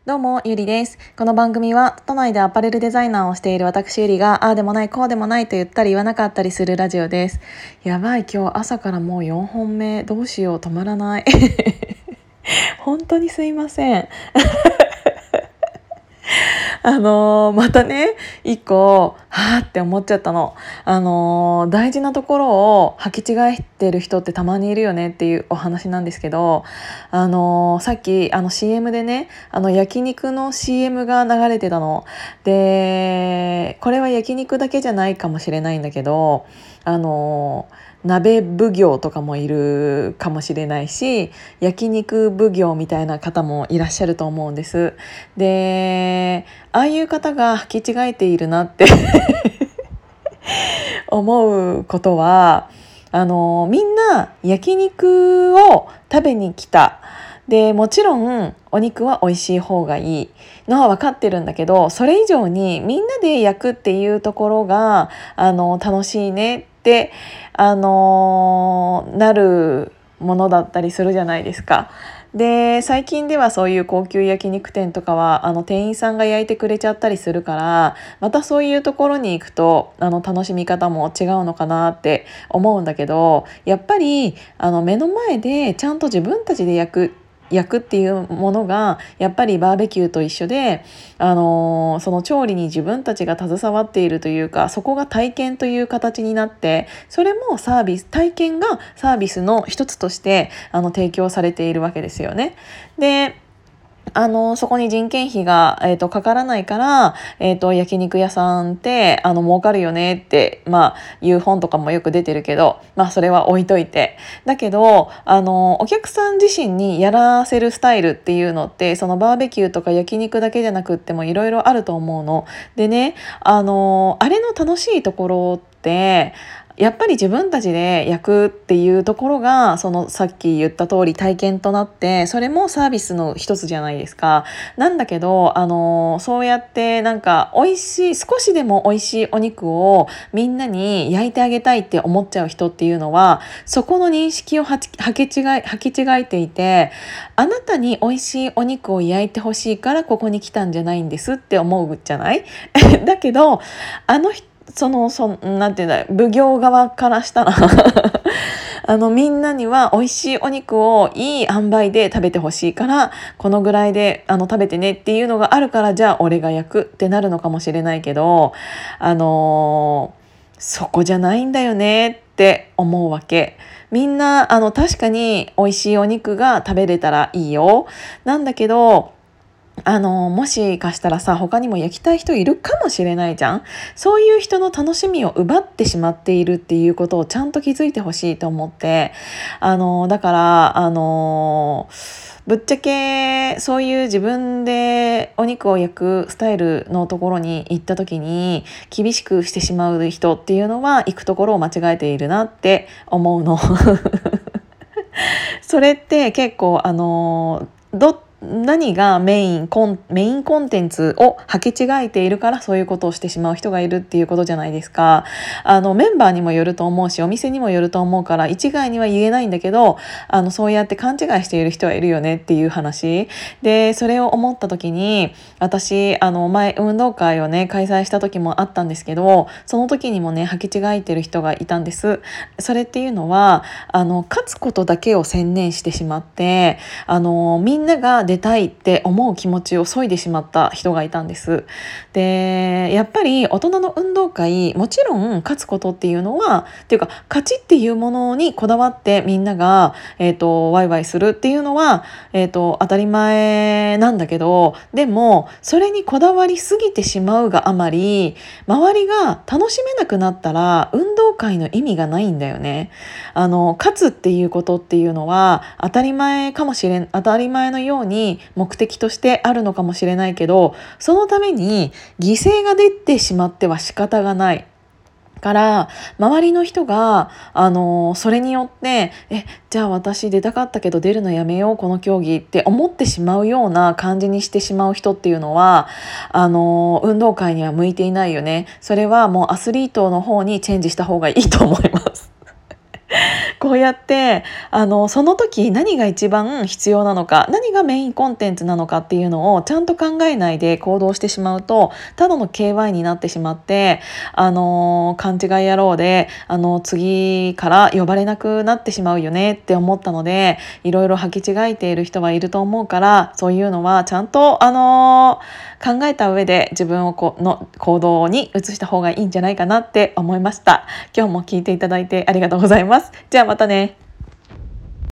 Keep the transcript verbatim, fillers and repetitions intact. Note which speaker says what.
Speaker 1: どうも、ゆりです。この番組は、都内でアパレルデザイナーをしている私ゆりが、ああでもない、こうでもないと言ったり言わなかったりするラジオです。やばい、今日朝からもうよんほんめ、どうしよう、止まらない。本当にすいません。あのー、またね、一個、はーって思っちゃったの。あのー、大事なところを履き違えてる人ってたまにいるよねっていうお話なんですけど、あのー、さっきあの シーエム でね、あの焼肉の シーエム が流れてたの。で、これは焼肉だけじゃないかもしれないんだけど、あのー鍋奉行とかもいるかもしれないし、焼肉奉行みたいな方もいらっしゃると思うんです。で、ああいう方が履き違えているなって思うことは、あのみんな焼肉を食べに来た。でもちろんお肉は美味しい方がいいのは分かってるんだけど、それ以上にみんなで焼くっていうところがあの楽しいねってあのなるものだったりするじゃないですか。で最近ではそういう高級焼肉店とかはあの店員さんが焼いてくれちゃったりするから、またそういうところに行くとあの楽しみ方も違うのかなって思うんだけど、やっぱりあの目の前でちゃんと自分たちで焼く焼くっていうものがやっぱりバーベキューと一緒で、あのーその調理に自分たちが携わっているというか、そこが体験という形になって、それもサービス体験がサービスの一つとしてあの提供されているわけですよね。であのそこに人件費が、えー、とかからないから、えー、と焼肉屋さんってあの儲かるよねって、まあ、いう本とかもよく出てるけど、まあ、それは置いといて、だけどあのお客さん自身にやらせるスタイルっていうのって、そのバーベキューとか焼肉だけじゃなくってもいろいろあると思うのでね、あのあれの楽しいところってやっぱり自分たちで焼くっていうところが、そのさっき言った通り体験となって、それもサービスの一つじゃないですか。なんだけどあのそうやってなんか美味しい、少しでも美味しいお肉をみんなに焼いてあげたいって思っちゃう人っていうのは、そこの認識をはちはき違い履き違えていて、あなたに美味しいお肉を焼いてほしいからここに来たんじゃないんですって思うじゃないだけどあの人そのそなんていうんだ、奉行側からしたらあのみんなには美味しいお肉をいい塩梅で食べてほしいから、このぐらいであの食べてねっていうのがあるから、じゃあ俺が焼くってなるのかもしれないけど、あのーそこじゃないんだよねって思うわけ。みんなあの確かに美味しいお肉が食べれたらいいよ、なんだけどあのもしかしたらさ、他にも焼きたい人いるかもしれないじゃん。そういう人の楽しみを奪ってしまっているっていうことをちゃんと気づいてほしいと思って、あのだからあのぶっちゃけそういう自分でお肉を焼くスタイルのところに行った時に厳しくしてしまう人っていうのは、行くところを間違えているなって思うのそれって結構あのど何がメインコンメインコンテンツを履き違えているから、そういうことをしてしまう人がいるっていうことじゃないですか。あのメンバーにもよると思うし、お店にもよると思うから、一概には言えないんだけど、あのそうやって勘違いしている人はいるよねっていう話で、それを思った時に、私あの前運動会をね開催した時もあったんですけど、その時にもね履き違えてる人がいたんです。それっていうのは、あの勝つことだけを専念してしまって、あのみんなが出たいって思う気持ちを削いでしまった人がいたんです。でやっぱり大人の運動会、もちろん勝つことっていうのはっていうか勝ちっていうものにこだわってみんなが、えーと、ワイワイするっていうのは、えーと、当たり前なんだけど、でもそれにこだわりすぎてしまうがあまり、周りが楽しめなくなったら運動会の意味がないんだよね。あの勝つっていうことっていうのは当たり前かもしれん当たり前のように目的としてあるのかもしれないけど、そのために犠牲が出てしまっては仕方がないから、周りの人が、あのそれによってえじゃあ私出たかったけど出るのやめようこの競技って思ってしまうような感じにしてしまう人っていうのは、あの運動会には向いていないよね。それはもうアスリートの方にチェンジした方がいいと思いますこうやってあのその時何が一番必要なのか、何がメインコンテンツなのかっていうのをちゃんと考えないで行動してしまうと、ただの ケーワイ になってしまって、あの勘違い野郎であの次から呼ばれなくなってしまうよねって思ったので、いろいろ履き違えている人はいると思うから、そういうのはちゃんとあの考えた上で自分をこの行動に移した方がいいんじゃないかなって思いました。今日も聞いていただいてありがとうございます。じゃあまたね。